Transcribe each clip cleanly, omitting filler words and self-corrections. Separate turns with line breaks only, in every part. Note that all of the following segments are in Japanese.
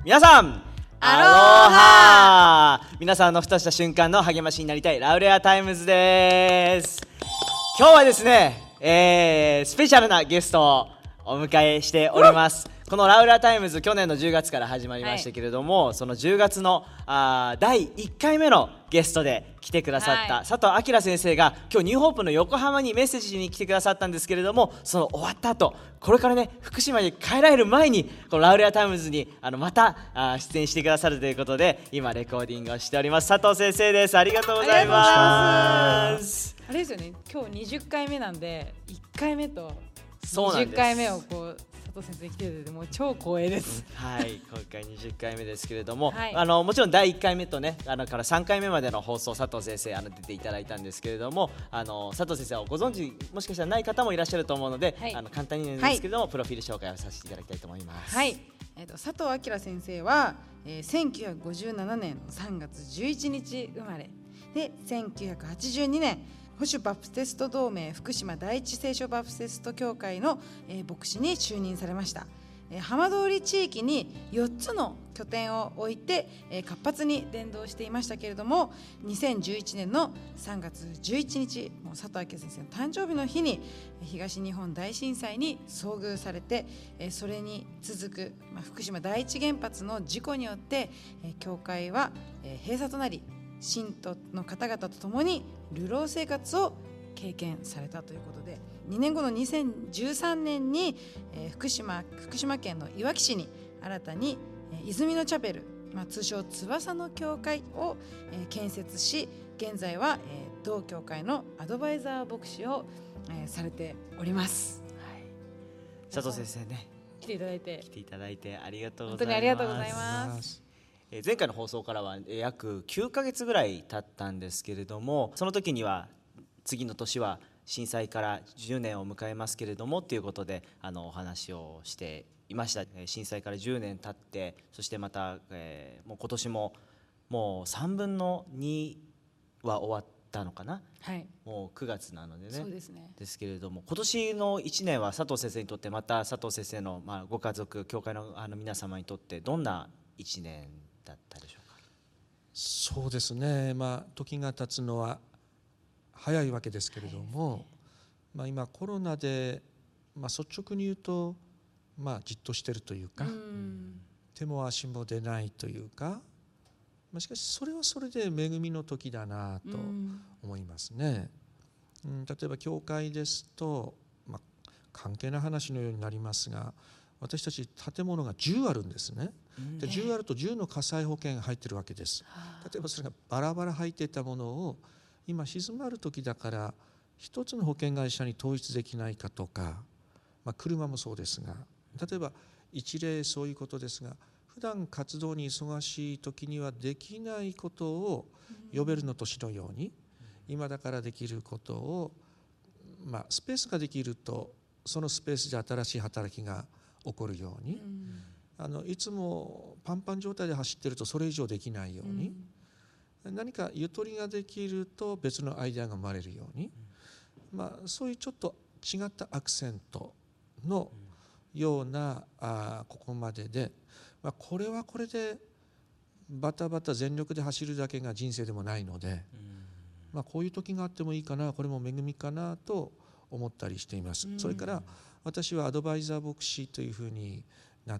皆さん
アロハ
皆さんのふとした瞬間の励ましになりたいラウレアタイムズです。今日はですね、スペシャルなゲストをお迎えしております。このラウレアタイムズ去年の10月から始まりましたけれども、その10月の第1回目のゲストで来てくださった佐藤明先生が今日ニューホープの横浜にメッセージに来てくださったんですけれども、その終わった後これからね福島に帰られる前にこのラウレアタイムズにまた出演してくださるということで今レコーディングをしております。佐藤先生です。ありがとうございます。
あれですよね、今日20回目なんで1回目と20
そうなんです。
回目をこう佐藤先生来ててもう超光栄です。
はい、今回20回目ですけれども、
はい、
もちろん第1回目とねから3回目までの放送佐藤先生出ていただいたんですけれども、佐藤先生をご存知もしかしたらない方もいらっしゃると思うので、はい、簡単になんですけれども、はい、プロフィール紹介をさせていただきたいと思います。
はい、佐藤明先生は、1957年の3月11日生まれで、1982年保守バプテスト同盟福島第一聖書バプテスト教会の、牧師に就任されました。浜通り地域に4つの拠点を置いて、活発に伝道していましたけれども、2011年の3月11日もう佐藤明先生の誕生日の日に東日本大震災に遭遇されて、それに続く、福島第一原発の事故によって、教会は、閉鎖となり信徒の方々と共に流浪生活を経験されたということで、2年後の2013年に、福島県のいわき市に新たに、泉のチャペル、通称翼の教会を、建設し、現在は、同教会のアドバイザー牧師を、されております。はい、
佐藤先生ね
来ていただいて
ありがとうございます。
本当にありがとうございます。
前回の放送からは約9ヶ月ぐらい経ったんですけれども、その時には次の年は震災から10年を迎えますけれどもということでお話をしていました。震災から10年経って、そしてまた、もう今年ももう3分の2は終わったのかな、
はい、
もう9月なのでね。
そうですね。
ですけれども、今年の1年は佐藤先生にとって、また佐藤先生の、ご家族教会の皆様にとってどんな1年だったでしょうか。
そうですね、時が経つのは早いわけですけれども、今コロナで、率直に言うと、じっとしてるというか、手も足も出ないというか、しかしそれはそれで恵みの時だなと思いますね。例えば教会ですと、関係ない話のようになりますが、私たち建物が10あるんですね。で10あると10の火災保険が入ってるわけです。例えばそれがバラバラ入っていたものを今静まる時だから一つの保険会社に統一できないかとか、車もそうですが、例えば一例そういうことですが、普段活動に忙しい時にはできないことを呼べるの年のように、今だからできることを、スペースができるとそのスペースで新しい働きが起こるように、いつもパンパン状態で走ってるとそれ以上できないように、何かゆとりができると別のアイデアが生まれるように、そういうちょっと違ったアクセントのようなここまでで、これはこれでバタバタ全力で走るだけが人生でもないので、こういう時があってもいいかな、これも恵みかなと思ったりしています。それから私はアドバイザー牧師というふうになって、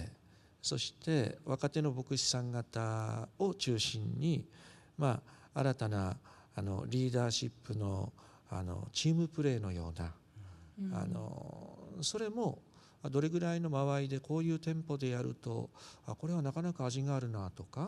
そして若手の牧師さん方を中心に、新たなリーダーシップのチームプレーのような、それもどれぐらいの間合いでこういうテンポでやるとこれはなかなか味があるなとか、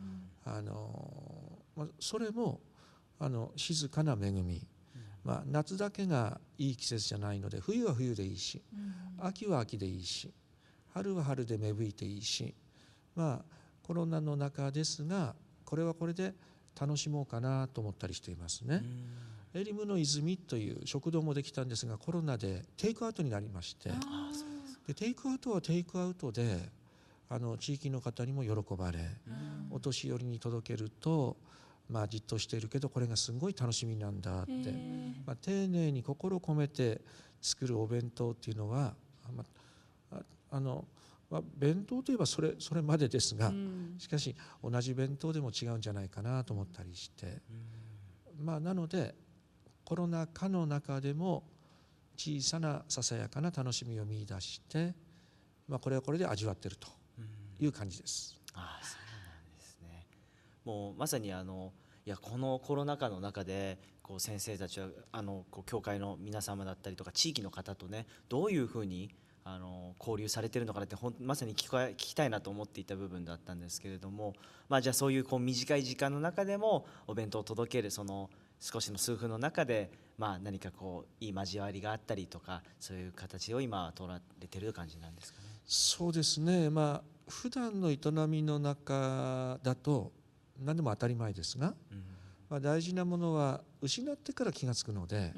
それも静かな恵み、夏だけがいい季節じゃないので、冬は冬でいいし、秋は秋でいいし、春は春で芽吹いていいし、コロナの中ですがこれはこれで楽しもうかなと思ったりしていますね。エリムの泉という食堂もできたんですが、コロナでテイクアウトになりまして、でテイクアウトはテイクアウトで地域の方にも喜ばれ、お年寄りに届けると、じっとしているけどこれがすごい楽しみなんだって、丁寧に心を込めて作るお弁当っていうのは、 弁当といえばそれまでですが、
うん
しかし同じ弁当でも違うんじゃないかなと思ったりして、なのでコロナ禍の中でも小さなささやかな楽しみを見出して、これはこれで味わっているという感じです。
ああ、そうなんですね。もうまさにいやこのコロナ禍の中でこう先生たちはこう教会の皆様だったりとか地域の方とね、どういうふうに交流されているのかなってまさに聞きたいなと思っていた部分だったんですけれども、じゃあそういう短い時間の中でもお弁当を届けるその少しの数分の中で、何かいい交わりがあったりとか、そういう形を今は取られている感じなんですかね。
そうですね、普段の営みの中だと何でも当たり前ですが、大事なものは失ってから気がつくので、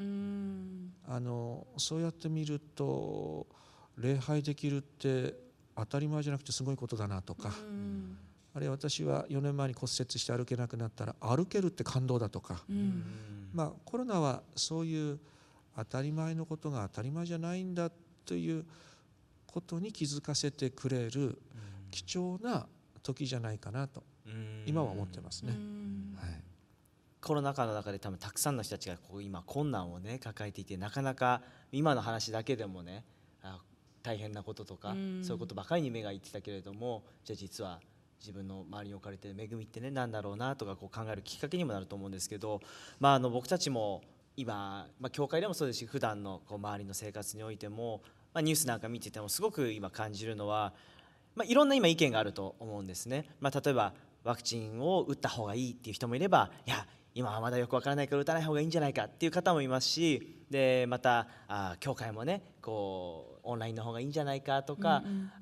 そうやって見ると礼拝できるって当たり前じゃなくてすごいことだなとか、あるいは私は4年前に骨折して歩けなくなったら歩けるって感動だとか、コロナはそういう当たり前のことが当たり前じゃないんだということに気づかせてくれる貴重な時じゃないかなと今は思ってますね。
コロナ禍の中で多分たくさんの人たちが今困難をね抱えていて、なかなか今の話だけでもね大変なこととか、そういうことばかりに目がいってたけれども、じゃあ実は自分の周りに置かれている恵みってね何だろうなとか考えるきっかけにもなると思うんですけど、僕たちも今、教会でもそうですし普段の周りの生活においても、ニュースなんか見ててもすごく今感じるのは、いろんな今意見があると思うんですね。例えばワクチンを打った方がいいっていう人もいれば、いや今はまだよくわからないから打たない方がいいんじゃないかっていう方もいますし、でまた教会もねオンラインの方がいいんじゃないかとか、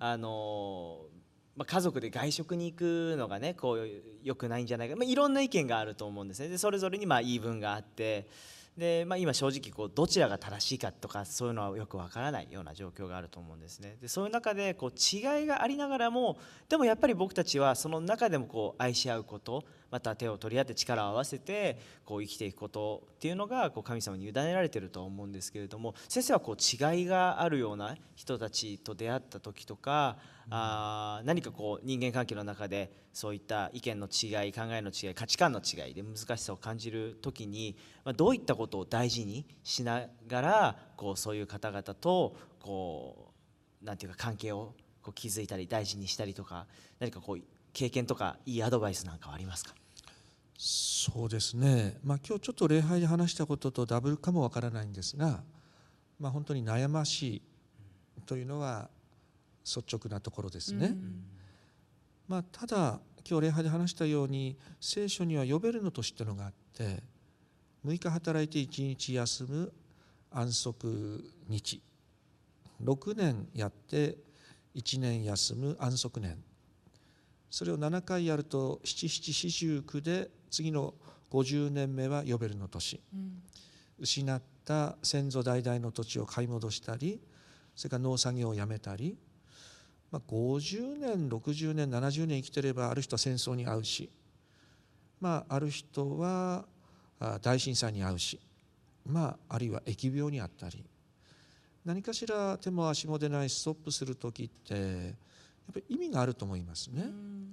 家族で外食に行くのがね良くないんじゃないか、いろんな意見があると思うんですね。でそれぞれに言い分があって、で、今正直どちらが正しいかとかそういうのはよくわからないような状況があると思うんですね。でそういう中で違いがありながらも、でもやっぱり僕たちはその中でも愛し合うこと、また手を取り合って力を合わせて生きていくことっていうのが神様に委ねられていると思うんですけれども、先生は違いがあるような人たちと出会った時とか、何か人間関係の中でそういった意見の違い、考えの違い、価値観の違いで難しさを感じる時に、どういったことを大事にしながらそういう方々となんていうか関係を築いたり大事にしたりとか、何か経験とかいいアドバイスなんかはありますか？
そうですね、今日ちょっと礼拝で話したこととダブルかもわからないんですが、本当に悩ましいというのは率直なところですね。ただ今日礼拝で話したように聖書にはヨベルの年というのがあって、6日働いて1日休む安息日、6年やって1年休む安息年、それを7回やると七七四十九で次の50年目はヨベルの年、失った先祖代々の土地を買い戻したり、それから農作業をやめたり、50年60年70年生きてればある人は戦争に遭うし、ある人は大震災に遭うし、あるいは疫病にあったり、何かしら手も足も出ないストップする時ってやっぱり意味があると思いますね。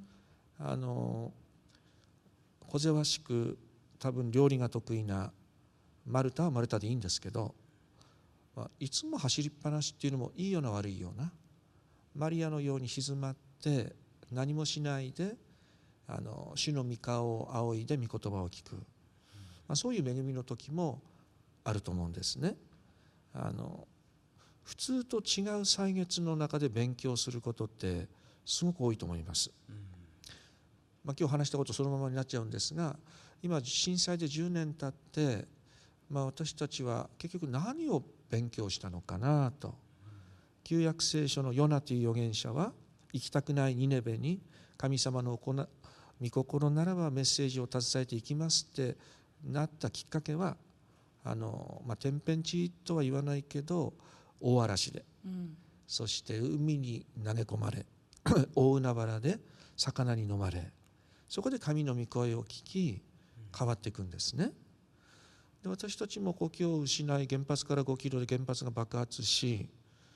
小ぜわしく多分料理が得意なマルタはマルタでいいんですけど、いつも走りっぱなしっていうのもいいような悪いような、マリアのように静まって何もしないで主の御顔を仰いで御言葉を聞く、そういう恵みの時もあると思うんですね。普通と違う歳月の中で勉強することってすごく多いと思います。今日話したことそのままになっちゃうんですが、今震災で10年経って、私たちは結局何を勉強したのかなと。旧約聖書のヨナという預言者は行きたくないニネベに神様の御心ならばメッセージを携えていきますってなったきっかけは天変地異とは言わないけど大嵐で、そして海に投げ込まれ大海原で魚に飲まれ、そこで神の御声を聞き変わっていくんですね。で私たちも故郷を失い、原発から5キロで原発が爆発し、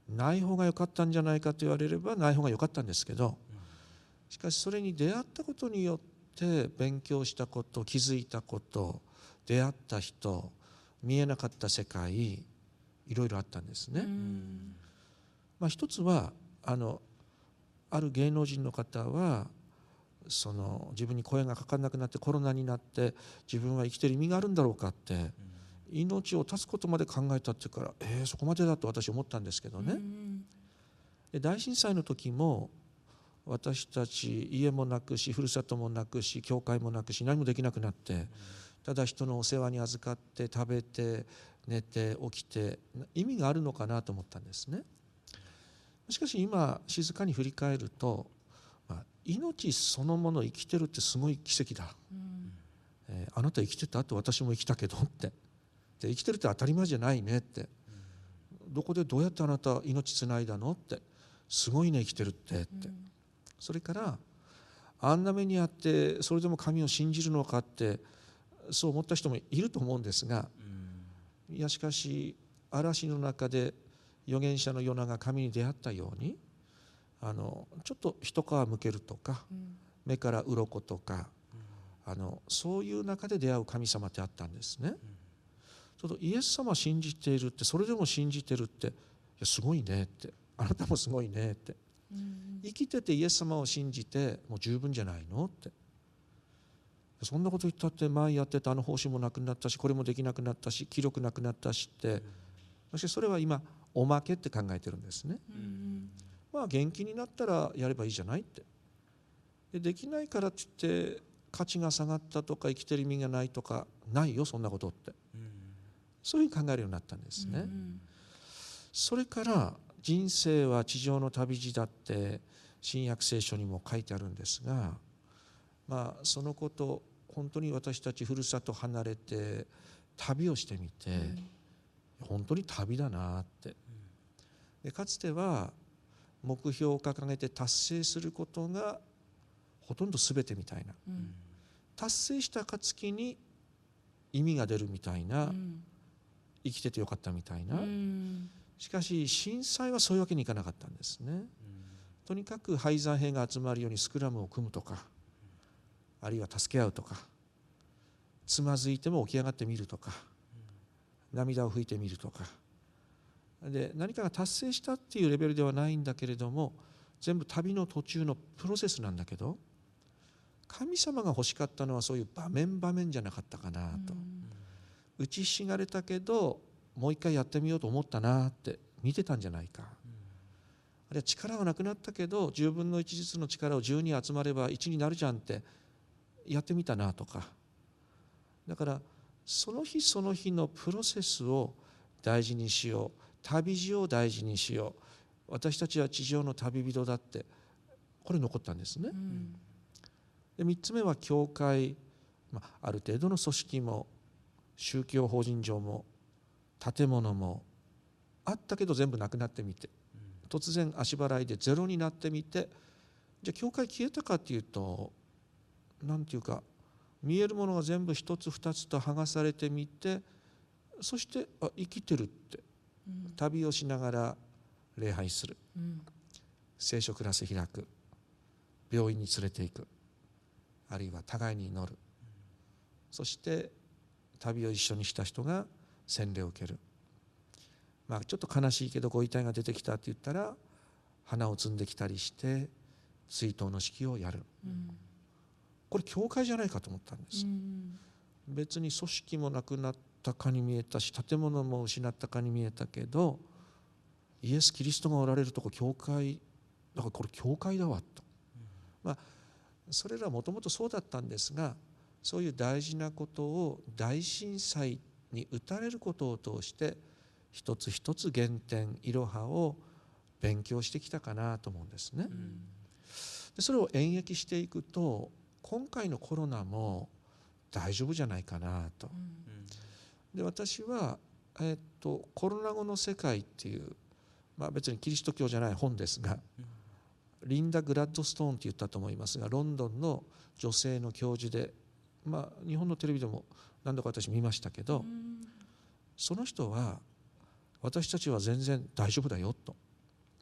ない方が良かったんじゃないかと言われればない方が良かったんですけど、しかしそれに出会ったことによって勉強したこと、気づいたこと、出会った人、見えなかった世界、いろいろあったんですね。一つはある芸能人の方は自分に声がかからなくなってコロナになって自分は生きてる意味があるんだろうかって、命を絶つことまで考えたっていうから、そこまでだと私思ったんですけどね。で大震災の時も私たち家もなくし、ふるさともなくし、教会もなくし、何もできなくなって、ただ人のお世話に預かって食べて寝て起きて、意味があるのかなと思ったんですね。しかし今静かに振り返ると、命そのもの生きてるってすごい奇跡だ、あなた生きてたって私も生きたけどって、で生きてるって当たり前じゃないねって、どこでどうやってあなた命つないだのって、すごいね生きてるって、それからあんな目にあってそれでも神を信じるのかってそう思った人もいると思うんですが、いやしかし嵐の中で預言者のヨナが神に出会ったように、ちょっと一皮むけるとか、目から鱗とか、そういう中で出会う神様ってあったんですね。ちょっとイエス様信じているって、それでも信じてるって、いやすごいねって、あなたもすごいねって、生きててイエス様を信じてもう十分じゃないのって、そんなこと言ったって前やってた報酬もなくなったし、これもできなくなったし、気力なくなったしって、そしてそれは今おまけって考えてるんですね。元気になったらやればいいじゃないって、できないからって言って価値が下がったとか生きてる意味がないとかないよ、そんなことって、そういうふうに考えるようになったんですね。それから人生は地上の旅路だって新約聖書にも書いてあるんですが、そのこと本当に私たちふるさと離れて旅をしてみて、本当に旅だなって、でかつては目標を掲げて達成することがほとんど全てみたいな、達成した暁に意味が出るみたいな、生きててよかったみたいな、しかし震災はそういうわけにいかなかったんですね。とにかく敗残兵が集まるようにスクラムを組むとか、あるいは助け合うとか、つまずいても起き上がってみるとか、涙を拭いてみるとかで、何かが達成したっていうレベルではないんだけれども、全部旅の途中のプロセスなんだけど、神様が欲しかったのはそういう場面場面じゃなかったかなと、打ちひしがれたけどもう一回やってみようと思ったなって見てたんじゃないか、あるいは力はなくなったけど10分の1ずつの力を10に集まれば1になるじゃんってやってみたなとか、だからその日その日のプロセスを大事にしよう、旅路を大事にしよう、私たちは地上の旅人だって、これ残ったんですね。で3つ目は教会、ある程度の組織も宗教法人上も建物もあったけど全部なくなってみて、突然足払いでゼロになってみて、じゃあ教会消えたかっていうと、なんていうか見えるものが全部一つ二つと剥がされてみて、そして生きてるって、旅をしながら礼拝する、聖書クラス開く、病院に連れて行く、あるいは互いに祈る、そして旅を一緒にした人が洗礼を受ける、ちょっと悲しいけどご遺体が出てきたって言ったら花を摘んできたりして追悼の式をやる、これ教会じゃないかと思ったんです。別に組織もなくなったかに見えたし、建物も失ったかに見えたけど、イエス・キリストがおられるとこ教会だから、これ教会だわと、それらもともとそうだったんですが、そういう大事なことを大震災に打たれることを通して一つ一つ原点いろはを勉強してきたかなと思うんですね。でそれを演繹していくと、今回のコロナも大丈夫じゃないかなと。で私は、コロナ後の世界っていう、別にキリスト教じゃない本ですが、リンダ・グラッドストーンって言ったと思いますが、ロンドンの女性の教授で、日本のテレビでも何度か私見ましたけど、その人は私たちは全然大丈夫だよと、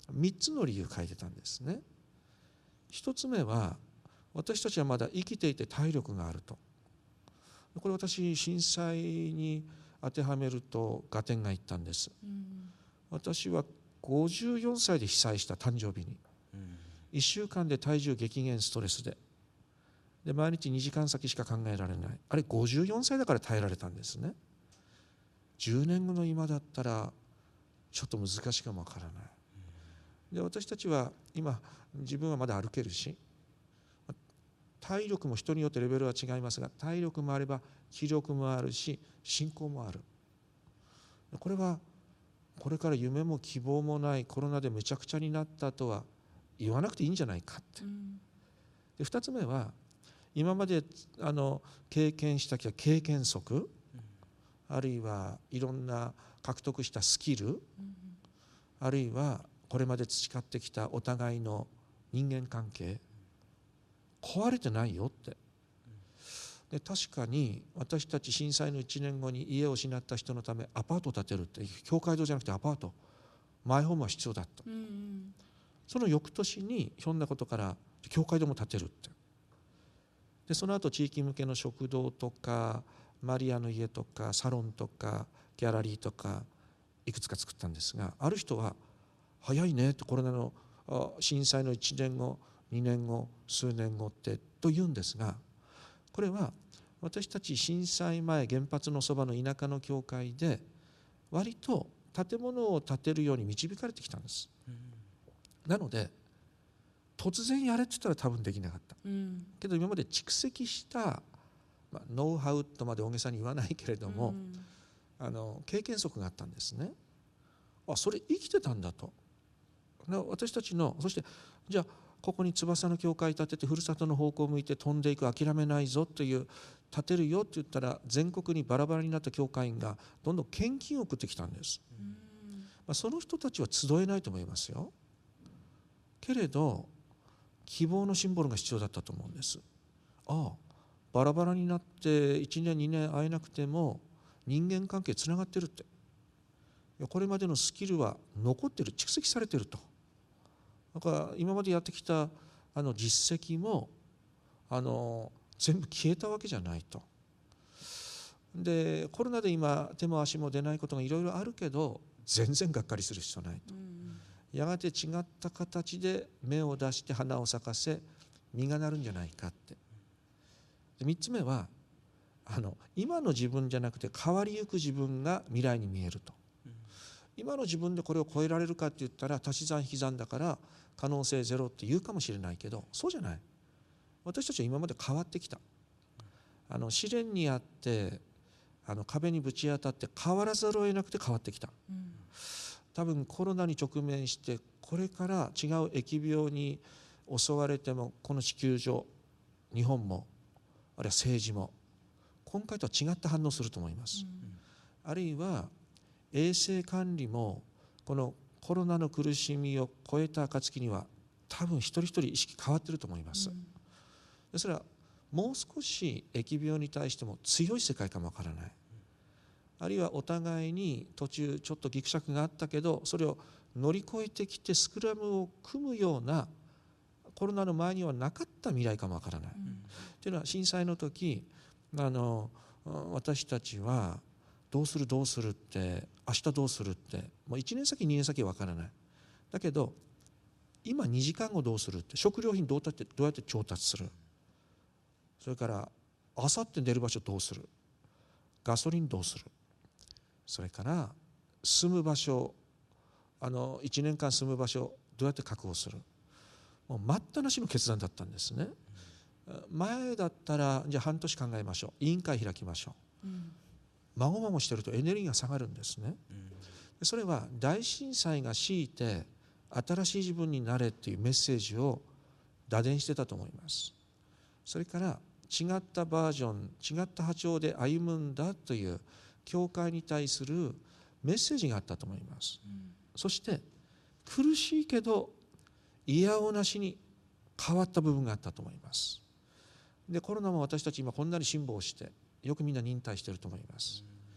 3つの理由を書いてたんですね。1つ目は、私たちはまだ生きていて体力があると。これ私、震災に当てはめると合点がいったんです。私は54歳で被災した、誕生日に。1週間で体重激減、ストレスで。毎日2時間先しか考えられない。あれ54歳だから耐えられたんですね。10年後の今だったらちょっと難しいかもわからない。で、私たちは今、自分はまだ歩けるし、体力も人によってレベルは違いますが、体力もあれば気力もあるし、信仰もある。これはこれから夢も希望もないコロナでめちゃくちゃになったとは言わなくていいんじゃないかって。で、2つ目は、今まで経験した経験則、あるいはいろんな獲得したスキル、あるいはこれまで培ってきたお互いの人間関係、壊れてないよって。で、確かに私たち震災の1年後に家を失った人のためアパートを建てるって、教会堂じゃなくてアパート、マイホームは必要だと。その翌年にひょんなことから教会堂も建てるって。で、その後地域向けの食堂とかマリアの家とかサロンとかギャラリーとかいくつか作ったんですが、ある人は早いねって、コロナの震災の1年後2年後数年後ってと言うんですが、これは私たち震災前、原発のそばの田舎の教会で割と建物を建てるように導かれてきたんです。なので突然やれって言ったら多分できなかった、けど今まで蓄積した、ノウハウとまで大げさに言わないけれども、経験則があったんですね。それ生きてたんだと。私たちの、そしてじゃあここに翼の教会建ててふるさとの方向を向いて飛んでいく、諦めないぞという、建てるよって言ったら全国にバラバラになった教会員がどんどん献金を送ってきたんです。その人たちは集えないと思いますよ。けれど希望のシンボルが必要だったと思うんです。バラバラになって1年2年会えなくても人間関係つながってるって。これまでのスキルは残ってる、蓄積されてると。だから今までやってきた実績も全部消えたわけじゃないと。で、コロナで今手も足も出ないことがいろいろあるけど、全然がっかりする必要ないと。やがて違った形で芽を出して花を咲かせ実がなるんじゃないかって。で、3つ目は今の自分じゃなくて変わりゆく自分が未来に見えると。今の自分でこれを超えられるかって言ったら足し算引き算だから可能性ゼロって言うかもしれないけど、そうじゃない。私たちは今まで変わってきた。試練にあって壁にぶち当たって変わらざるを得なくて変わってきた。多分コロナに直面してこれから違う疫病に襲われても、この地球上、日本もあるいは政治も今回とは違った反応すると思います。あるいは衛生管理もこのコロナの苦しみを超えた暁には多分一人一人意識変わっていると思います。それはもう少し疫病に対しても強い世界かもわからない。あるいはお互いに途中ちょっとぎくしゃくがあったけど、それを乗り越えてきてスクラムを組むようなコロナの前にはなかった未来かもわからない。というのは震災の時私たちはどうするって、明日どうするって、もう1年先2年先はわからない。だけど今2時間後どうするって、食料品どうやって調達する、それからあさって寝る場所どうする、ガソリンどうする、それから住む場所、1年間住む場所どうやって確保する、もう待ったなしの決断だったんですね。前だったらじゃあ半年考えましょう、委員会開きましょう、まごまごしてるとエネルギーが下がるんですね。それは大震災が強いて新しい自分になれっていうメッセージを打電してたと思います。それから違ったバージョン、違った波長で歩むんだという教会に対するメッセージがあったと思います。そして苦しいけどいやおうなしに変わった部分があったと思います。で、コロナも私たち今こんなに辛抱してよくみんな忍耐していると思います。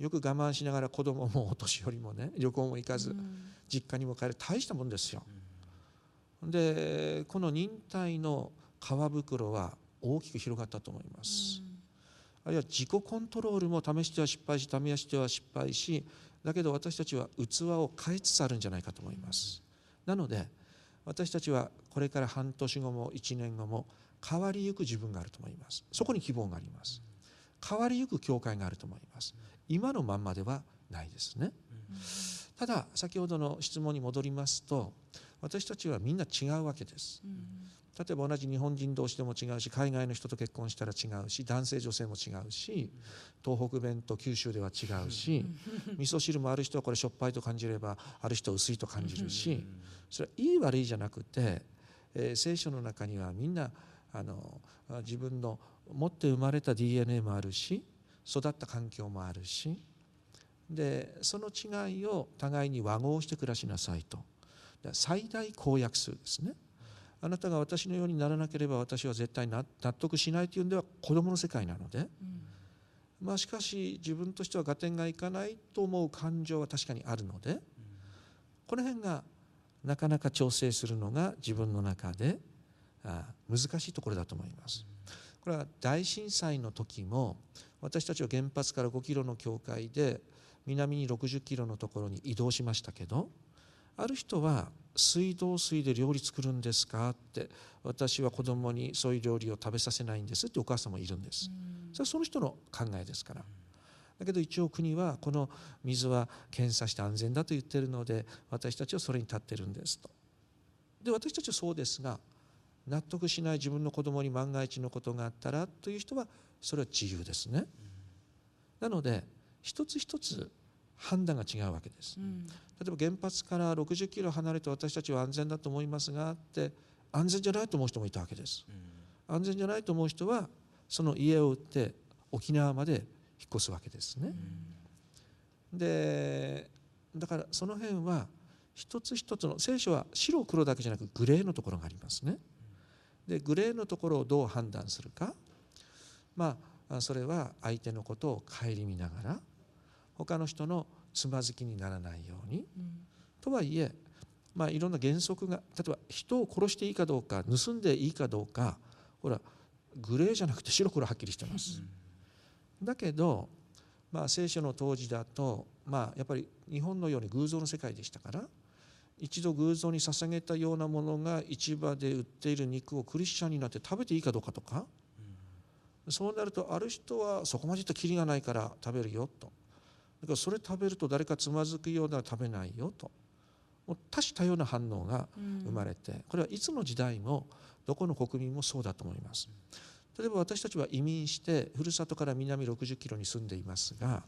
よく我慢しながら子供もお年寄りもね、旅行も行かず実家にも帰る、大したもんですよ。でこの忍耐の皮袋は大きく広がったと思います。あるいは自己コントロールも試しては失敗し、試しては失敗し、だけど私たちは器を変えつつあるんじゃないかと思います。なので私たちはこれから半年後も1年後も変わりゆく自分があると思います。そこに希望があります。変わりゆく教会があると思います。今のまんまではないですね。ただ先ほどの質問に戻りますと、私たちはみんな違うわけです。例えば同じ日本人同士でも違うし、海外の人と結婚したら違うし、男性女性も違うし、東北弁と九州では違うし、味噌汁もある人はこれしょっぱいと感じれば、ある人は薄いと感じるし、それはいい悪いじゃなくて、聖書の中にはみんな自分の持って生まれた DNA もあるし、育った環境もあるし、でその違いを互いに和合して暮らしなさいと。最大公約数ですね。あなたが私のようにならなければ私は絶対納得しないというんでは子供の世界なので、しかし自分としては合点がいかないと思う感情は確かにあるので、この辺がなかなか調整するのが自分の中で難しいところだと思います。これは大震災の時も私たちは原発から5キロの境界で南に60キロのところに移動しましたけど、ある人は水道水で料理作るんですかって、私は子供にそういう料理を食べさせないんですってお母さんもいるんです。それはその人の考えですから。だけど一応国はこの水は検査して安全だと言っているので、私たちはそれに立ってるんですと。で私たちはそうですが、納得しない自分の子供に万が一のことがあったらという人はそれは自由ですね。なので一つ一つ判断が違うわけです。例えば原発から60キロ離れて私たちは安全だと思いますがって、安全じゃないと思う人もいたわけです。安全じゃないと思う人はその家を売って沖縄まで引っ越すわけですね。でだからその辺は一つ一つの、聖書は白黒だけじゃなくグレーのところがありますね。でグレーのところをどう判断するか、それは相手のことを顧みながら、他の人のつまずきにならないように、とはいえ、いろんな原則が、例えば人を殺していいかどうか、盗んでいいかどうか、ほらグレーじゃなくて白黒はっきりしてます。だけど、聖書の当時だと、やっぱり日本のように偶像の世界でしたから、一度偶像に捧げたようなものが市場で売っている肉をクリスチャンになって食べていいかどうかとか、そうなるとある人はそこまで言ったらキリがないから食べるよと。だからそれ食べると誰かつまずくようなら食べないよと。もう多種多様な反応が生まれて、これはいつの時代もどこの国民もそうだと思います。例えば私たちは移民してふるさとから南60キロに住んでいますが、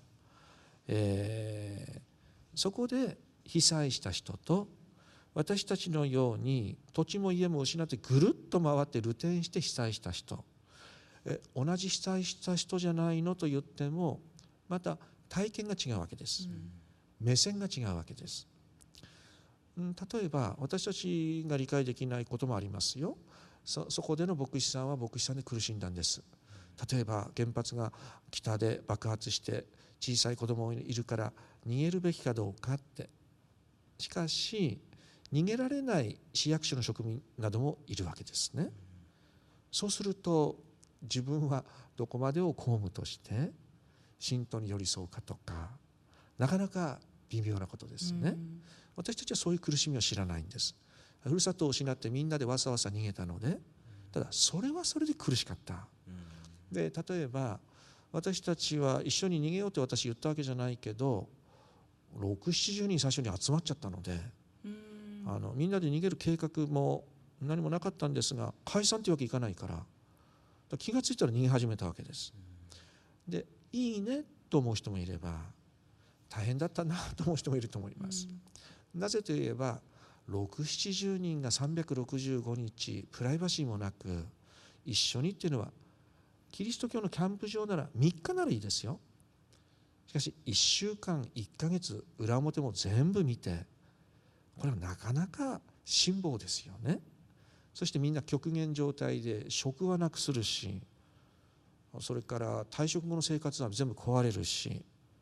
そこで被災した人と私たちのように土地も家も失ってぐるっと回って流転して被災した人、同じ被災した人じゃないのと言ってもまた体験が違うわけです。目線が違うわけです。例えば私たちが理解できないこともありますよ。そこでの牧師さんは牧師さんで苦しんだんです。例えば原発が北で爆発して小さい子供がいるから逃げるべきかどうかって。しかし逃げられない市役所の職員などもいるわけですね。そうすると自分はどこまでを公務として信徒に寄り添うかとか、なかなか微妙なことですね。私たちはそういう苦しみを知らないんです。ふるさとを失ってみんなでわさわさ逃げたので、ただそれはそれで苦しかった。で例えば私たちは一緒に逃げようと私言ったわけじゃないけど、6、70人最初に集まっちゃったので、みんなで逃げる計画も何もなかったんですが、解散というわけいかないから、気がついたら逃げ始めたわけです。でいいねと思う人もいれば、大変だったなと思う人もいると思います。なぜといえば6、70人が365日プライバシーもなく一緒にっていうのは、キリスト教のキャンプ場なら3日ならいいですよ。しかし1週間1ヶ月裏表も全部見て、これはなかなか辛抱ですよね。そしてみんな極限状態で食はなくするし、それから退職後の生活は全部壊れるし、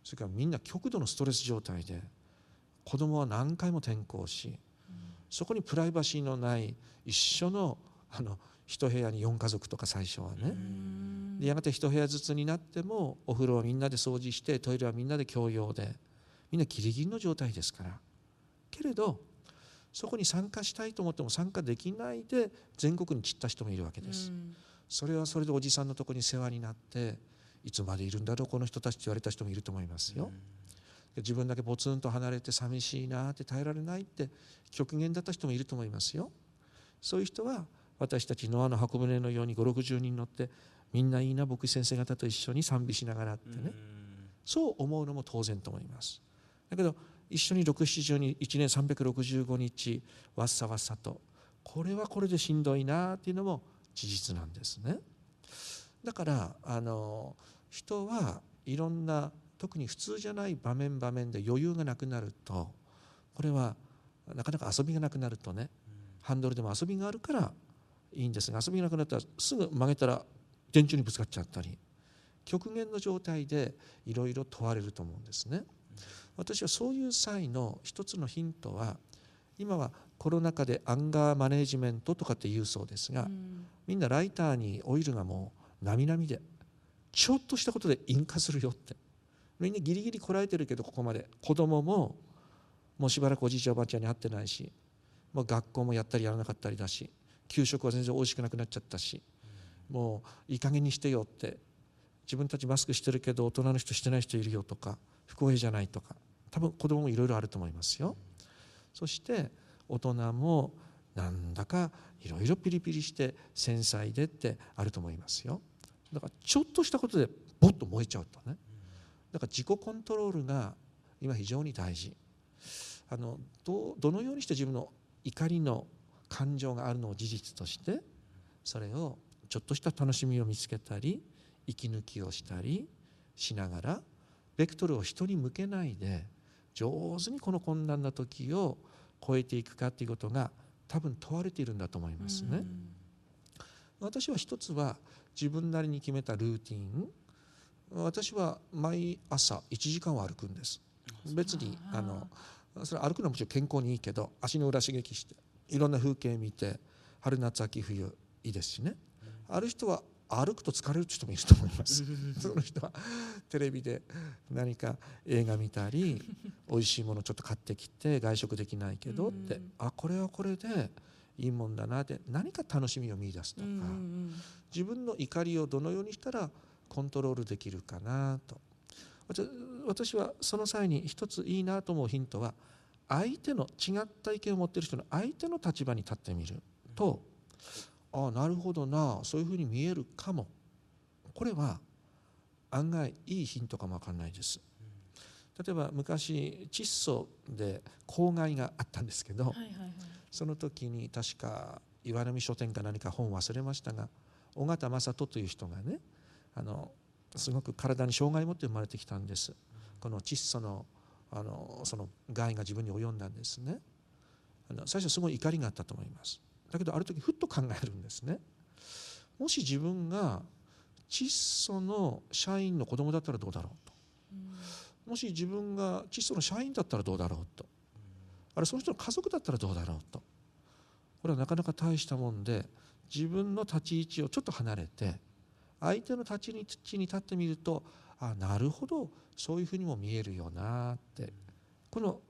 それからみんな極度のストレス状態で、子供は何回も転校し、そこにプライバシーのない一緒の一部屋に4家族とか最初はね、でやがて一部屋ずつになってもお風呂はみんなで掃除して、トイレはみんなで共用で、みんなギリギリの状態ですから。けれどそこに参加したいと思っても参加できないで全国に散った人もいるわけです。それはそれでおじさんのところに世話になって、いつまでいるんだろうこの人たちって言われた人もいると思いますよ。自分だけポツンと離れて寂しいなって耐えられないって極限だった人もいると思いますよ。そういう人は私たちノアの箱舟のように5、60人乗って、みんないいな牧師先生方と一緒に賛美しながらってね、そう思うのも当然と思います。だけど一緒に6、70人1年365日わっさわっさと、これはこれでしんどいなっていうのも事実なんですね。だから人はいろんな、特に普通じゃない場面場面で余裕がなくなると、これはなかなか遊びがなくなるとね、ハンドルでも遊びがあるからいいんですが、遊びがなくなったらすぐ曲げたら電柱にぶつかっちゃったり、極限の状態でいろいろ問われると思うんですね。私はそういう際の一つのヒントは、今はコロナ禍でアンガーマネジメントとかって言うそうですが、みんなライターにオイルがもうなみなみで、ちょっとしたことで引火するよって、みんなギリギリこらえてるけど、ここまで子供ももうしばらくおじいちゃんおばあちゃんに会ってないし、もう学校もやったりやらなかったりだし、給食は全然おいしくなくなっちゃったし、もういい加減にしてよって、自分たちマスクしてるけど大人の人してない人いるよとか、不公平じゃないとか、多分子供もいろいろあると思いますよ。そして大人もなんだかいろいろピリピリして繊細でってあると思いますよ。だからちょっとしたことでボッと燃えちゃうとね、だから自己コントロールが今非常に大事。どのようにして自分の怒りの感情があるのを事実として、それをちょっとした楽しみを見つけたり息抜きをしたりしながら、ベクトルを人に向けないで上手にこの困難な時を超えていくかということが多分問われているんだと思いますね。私は一つは自分なりに決めたルーティン。私は毎朝1時間は歩くんです。別にそれ歩くのはもちろん健康にいいけど、足の裏刺激していろんな風景見て、春夏秋冬いいですしね。ある人は歩くと疲れる人もいると思いますその人はテレビで何か映画見たり、おいしいものちょっと買ってきて外食できないけどって、これはこれでいいもんだなって、何か楽しみを見出すとか、自分の怒りをどのようにしたらコントロールできるかなと。私はその際に一ついいなと思うヒントは、相手の違った意見を持っている人の相手の立場に立ってみると、なるほどな、そういうふうに見えるかも。これは案外いいヒントかもわかんないです。例えば昔窒素で公害があったんですけど、その時に確か岩波書店か何か本忘れましたが、緒方正人という人がね、すごく体に障害を持って生まれてきたんです。この窒素のその害が自分に及んだんですね。最初すごい怒りがあったと思います。だけどある時ふっと考えるんですね。もし自分が窒素の社員の子供だったらどうだろうと、もし自分が窒素の社員だったらどうだろうと、その人の家族だったらどうだろうと。これはなかなか大したもんで、自分の立ち位置をちょっと離れて相手の立ち位置に立ってみると、なるほどそういうふうにも見えるよなって、この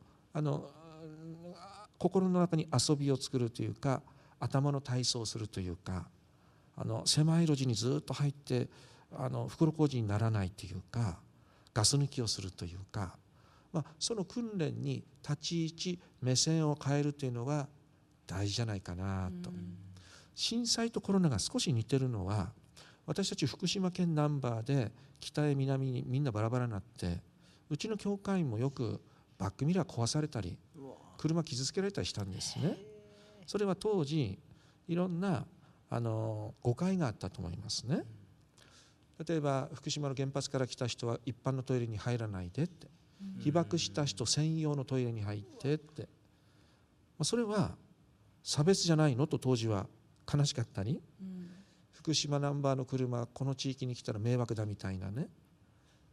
心の中に遊びを作るというか、頭の体操をするというか、狭い路地にずっと入って袋小路にならないというか、ガス抜きをするというか、その訓練に立ち位置目線を変えるというのが大事じゃないかなと。震災とコロナが少し似てるのは、私たち福島県ナンバーで北へ南にみんなバラバラになって、うちの教会員もよくバックミラー壊されたり車傷つけられたりしたんですね。それは当時いろんな誤解があったと思いますね。例えば福島の原発から来た人は一般のトイレに入らないでって、被爆した人専用のトイレに入ってって、それは差別じゃないのと当時は悲しかったり、福島ナンバーの車この地域に来たら迷惑だみたいなね、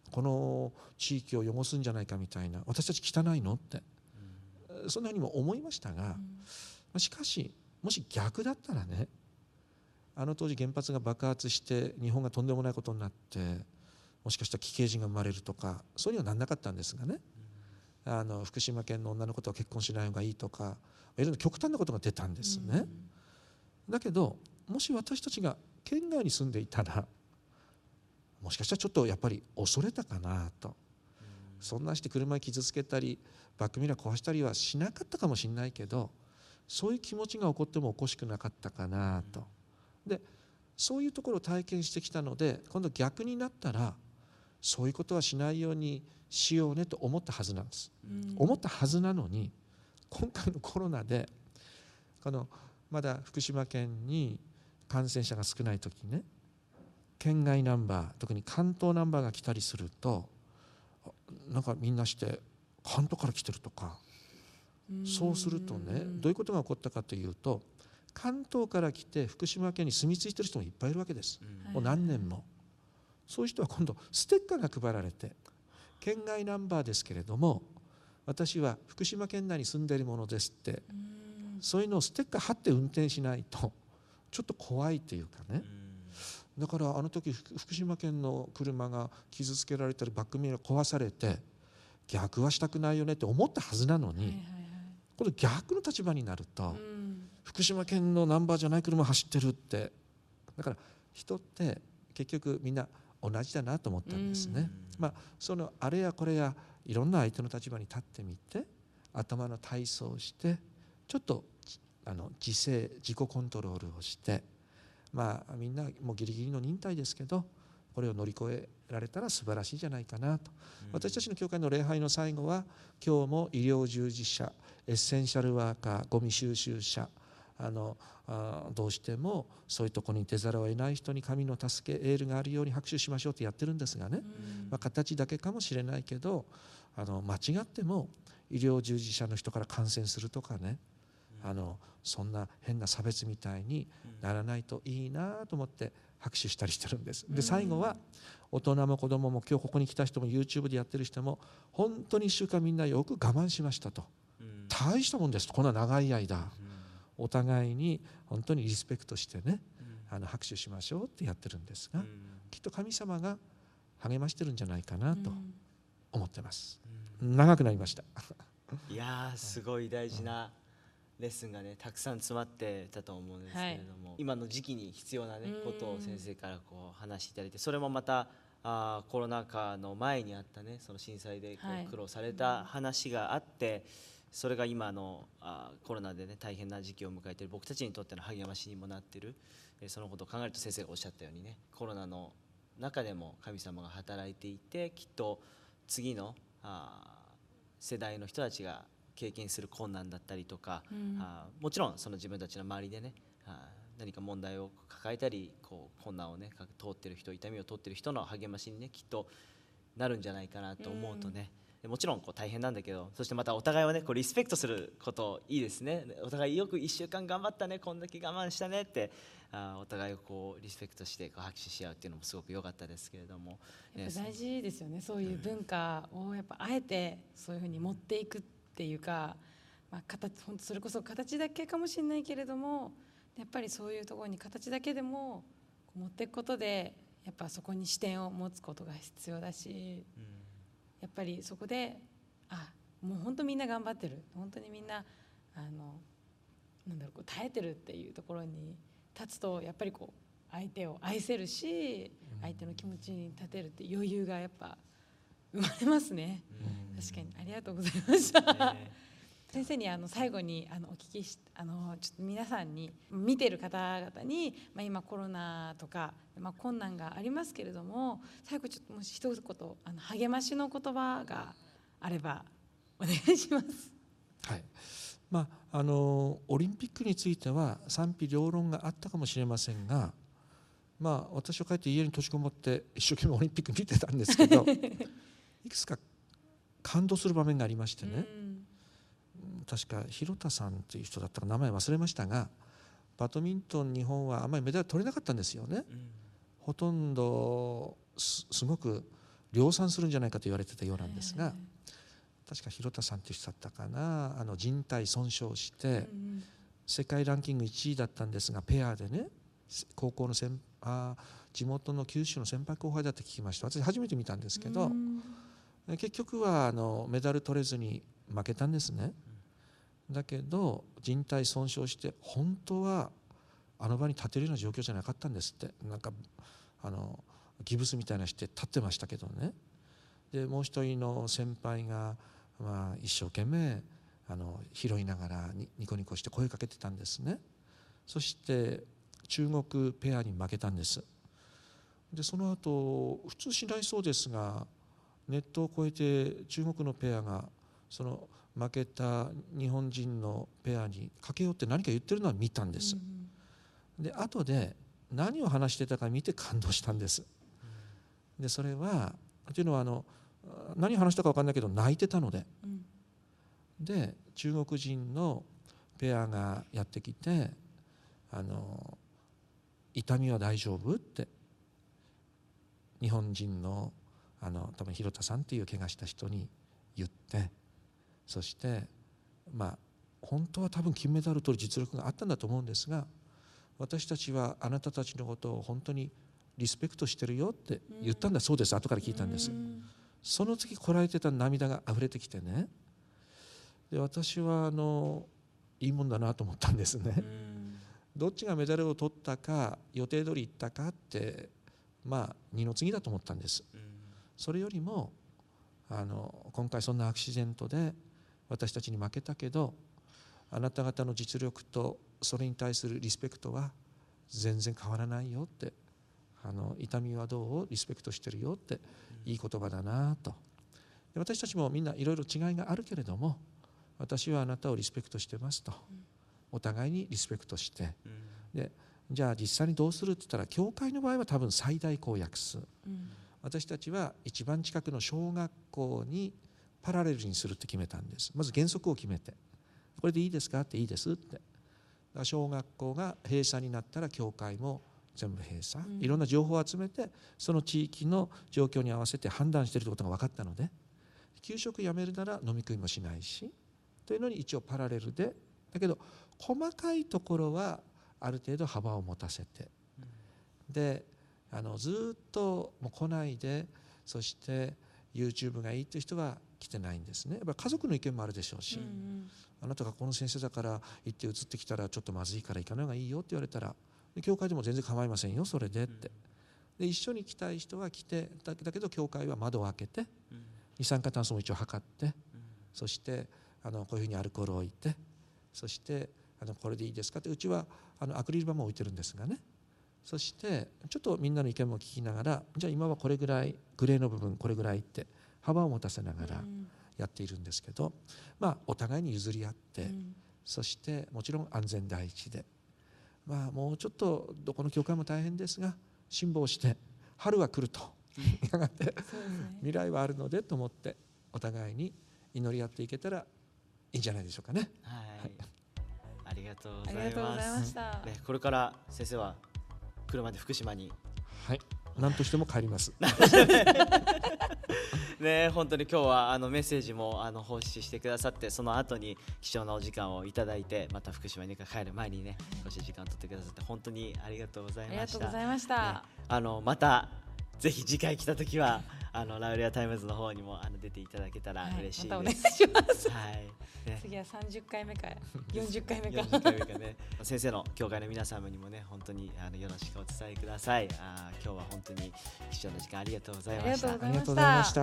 この地域を汚すんじゃないかみたいな、私たち汚いのって、そんなふうにも思いましたが、しかしもし逆だったらね、あの当時原発が爆発して日本がとんでもないことになって、もしかしたら奇形人が生まれるとか、そういうのはなんなかったんですがね、福島県の女の子とは結婚しない方がいいとか、いろんな極端なことが出たんですね。だけどもし私たちが県外に住んでいたら、もしかしたらちょっとやっぱり恐れたかなと、そんなして車に傷つけたりバックミラー壊したりはしなかったかもしれないけど、そういう気持ちが起こってもおかしくなかったかなと。でそういうところを体験してきたので、今度逆になったらそういうことはしないようにしようねと思ったはずなんです、思ったはずなのに、今回のコロナでまだ福島県に感染者が少ない時にね、県外ナンバー、特に関東ナンバーが来たりすると、なんかみんなして関東から来てるとか、そうするとね、どういうことが起こったかというと、関東から来て福島県に住み着いてる人もいっぱいいるわけです、もう何年も。そういう人は今度ステッカーが配られて、県外ナンバーですけれども私は福島県内に住んでいるものですって、そういうのをステッカー貼って運転しないとちょっと怖いというかね。だからあの時福島県の車が傷つけられたりバックミラー壊されて、逆はしたくないよねって思ったはずなのに、今度逆の立場になると、福島県のナンバーじゃない車走ってるって、だから人って結局みんな同じだなと思ったんですね。そのあれやこれやいろんな相手の立場に立ってみて、頭の体操をして、ちょっと自制自己コントロールをして、みんなもうギリギリの忍耐ですけど、これを乗り越えられたら素晴らしいじゃないかなと。私たちの教会の礼拝の最後は、今日も医療従事者、エッセンシャルワーカー、ゴミ収集者、どうしてもそういうところに出ざるを得ない人に神の助けエールがあるように拍手しましょうってやってるんですがね、形だけかもしれないけど、間違っても医療従事者の人から感染するとかね、そんな変な差別みたいにならないといいなと思って拍手したりしてるんです。で最後は大人も子供も今日ここに来た人も YouTube でやってる人も本当に1週間みんなよく我慢しましたと、大したもんですと、こんな長い間お互いに本当にリスペクトしてね、拍手しましょうってやってるんですが、きっと神様が励ましてるんじゃないかなと思ってます。長くなりました。
いやー、すごい大事なレッスンがねたくさん詰まってたと思うんですけれども、今の時期に必要なねことを先生からこう話していただいて、それもまたコロナ禍の前にあったね、その震災でこう苦労された話があって、それが今のコロナでね大変な時期を迎えている僕たちにとっての励ましにもなっている。そのことを考えると先生がおっしゃったようにね、コロナの中でも神様が働いていて、きっと次の世代の人たちが経験する困難だったりとか、もちろんその自分たちの周りでね何か問題を抱えたりこう困難をね通っている人、痛みを通っている人の励ましにねきっとなるんじゃないかなと思うとね、もちろんこう大変なんだけど、そしてまたお互いをねこうリスペクトすることいいですね。お互いよく1週間頑張ったね、こんだけ我慢したねってお互いをこうリスペクトしてこう拍手し合うっていうのもすごく良かったですけれども、
やっぱ大事ですよね。そういう文化をやっぱあえてそういうふうに持っていくっていうか、本当それこそ形だけかもしれないけれども、やっぱりそういうところに形だけでも持っていくことでやっぱそこに視点を持つことが必要だし、やっぱりそこでもう本当みんな頑張ってる、本当にみんなこう耐えてるっていうところに立つと、やっぱりこう相手を愛せるし、相手の気持ちに立てるって余裕がやっぱ生まれますね。確かにありがとうございました。先生に最後にお聞きしちょっと皆さんに見ている方々に、今コロナとか、困難がありますけれども、最後ちょっともし一言励ましの言葉があればお願いします。
はい、オリンピックについては賛否両論があったかもしれませんが、私は帰って家に閉じこもって一生懸命オリンピック見てたんですけどいくつか感動する場面がありましてね、確か広田さんという人だったか名前忘れましたが、バドミントン日本はあまりメダル取れなかったんですよね。ほとんどすごく量産するんじゃないかと言われてたようなんですが、確か広田さんという人だったかな、人体損傷して世界ランキング1位だったんですが、ペアでね、高校の地元の九州の先輩後輩だって聞きました。私初めて見たんですけど、結局はメダル取れずに負けたんですね。だけど人体損傷して本当はあの場に立てるような状況じゃなかったんですって。なんかギブスみたいなして立ってましたけどね。でもう一人の先輩が、一生懸命拾いながらニコニコして声かけてたんですね。そして中国ペアに負けたんです。でその後普通しないそうですが、ネットを越えて中国のペアがその負けた日本人のペアに駆け寄って何か言ってるのは見たんです。で後で何を話してたか見て感動したんです。でそれはというのは何話したか分かんないけど泣いてたので、で中国人のペアがやってきて痛みは大丈夫って日本人の多分広田さんっていう怪我した人に言って、そして本当は多分金メダルを取る実力があったんだと思うんですが、私たちはあなたたちのことを本当にリスペクトしてるよって言ったんだそうです。後から聞いたんです。その時こらえてた涙があふれてきてね、で私はいいもんだなと思ったんですね。どっちがメダルを取ったか予定通り行ったかって二の次だと思ったんです。それよりも今回そんなアクシデントで私たちに負けたけど、あなた方の実力とそれに対するリスペクトは全然変わらないよって、痛みはどうリスペクトしてるよっていい言葉だなと。で私たちもみんないろいろ違いがあるけれども、私はあなたをリスペクトしてますと、お互いにリスペクトして、でじゃあ実際にどうするって言ったら、教会の場合は多分最大公約数、私たちは一番近くの小学校にパラレルにするって決めたんです。まず原則を決めて、これでいいですかっていいですって。小学校が閉鎖になったら教会も全部閉鎖、いろんな情報を集めてその地域の状況に合わせて判断しているということが分かったので、給食やめるなら飲み食いもしないしというのに一応パラレルで、だけど細かいところはある程度幅を持たせて、でずっともう来ないで、そして YouTube がいいという人は来てないんですね。やっぱ家族の意見もあるでしょうし、あなたがこの先生だから行って移ってきたらちょっとまずいから行かない方がいいよって言われたら、教会でも全然構いませんよそれでって。で一緒に来たい人は来て、だけど教会は窓を開けて二酸化炭素も一応測って、そしてこういうふうにアルコールを置いて、そしてこれでいいですかって、うちはアクリル板も置いてるんですがね、そしてちょっとみんなの意見も聞きながら、じゃあ今はこれぐらいグレーの部分これぐらいって幅を持たせながらやっているんですけど、お互いに譲り合って、そしてもちろん安全第一で、もうちょっとどこの教会も大変ですが辛抱して春は来るとやがて未来はあるのでと思って、お互いに祈り合っていけたらいいんじゃないでしょうかね。
はい、ありがとうございます。
ありがとうございました。
これから先生は車で福島に、
何としても帰ります
ね、本当に今日はメッセージも奉仕してくださって、その後に貴重なお時間をいただいて、また福島に帰る前にね少し時間を取ってくださって本当にありがとうございました。
ありがとうございました。
またぜひ次回来た時はラウレアタイムズの方にも出ていただけたら嬉しいです。
またお願いします。次は30回目か40回目か
40回目かね先生の教会の皆様にもね本当によろしくお伝えください。今日は本当に貴重な時間ありがとうございました。
ありがとうございました。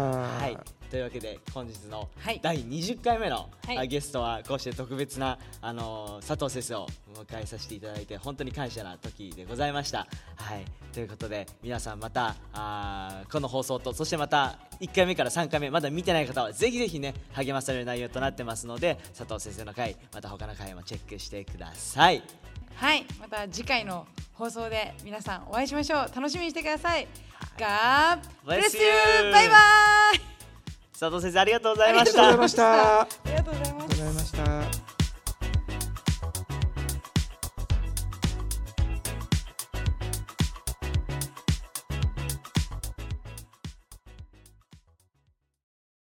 というわけで本日の第20回目のゲストはこうして特別な佐藤先生をお迎えさせていただいて本当に感謝な時でございました。ということで皆さんまたこの放送と、そしてまた1回目から3回目まだ見てない方はぜひぜひね励まされる内容となってますので、佐藤先生の回また他の回もチェックしてください。
また次回の放送で皆さんお会いしましょう。楽しみにしてください。God bless you。バイバイ。
佐藤先生ありがとうございました。
ありがとうございました。
ありがとうございました。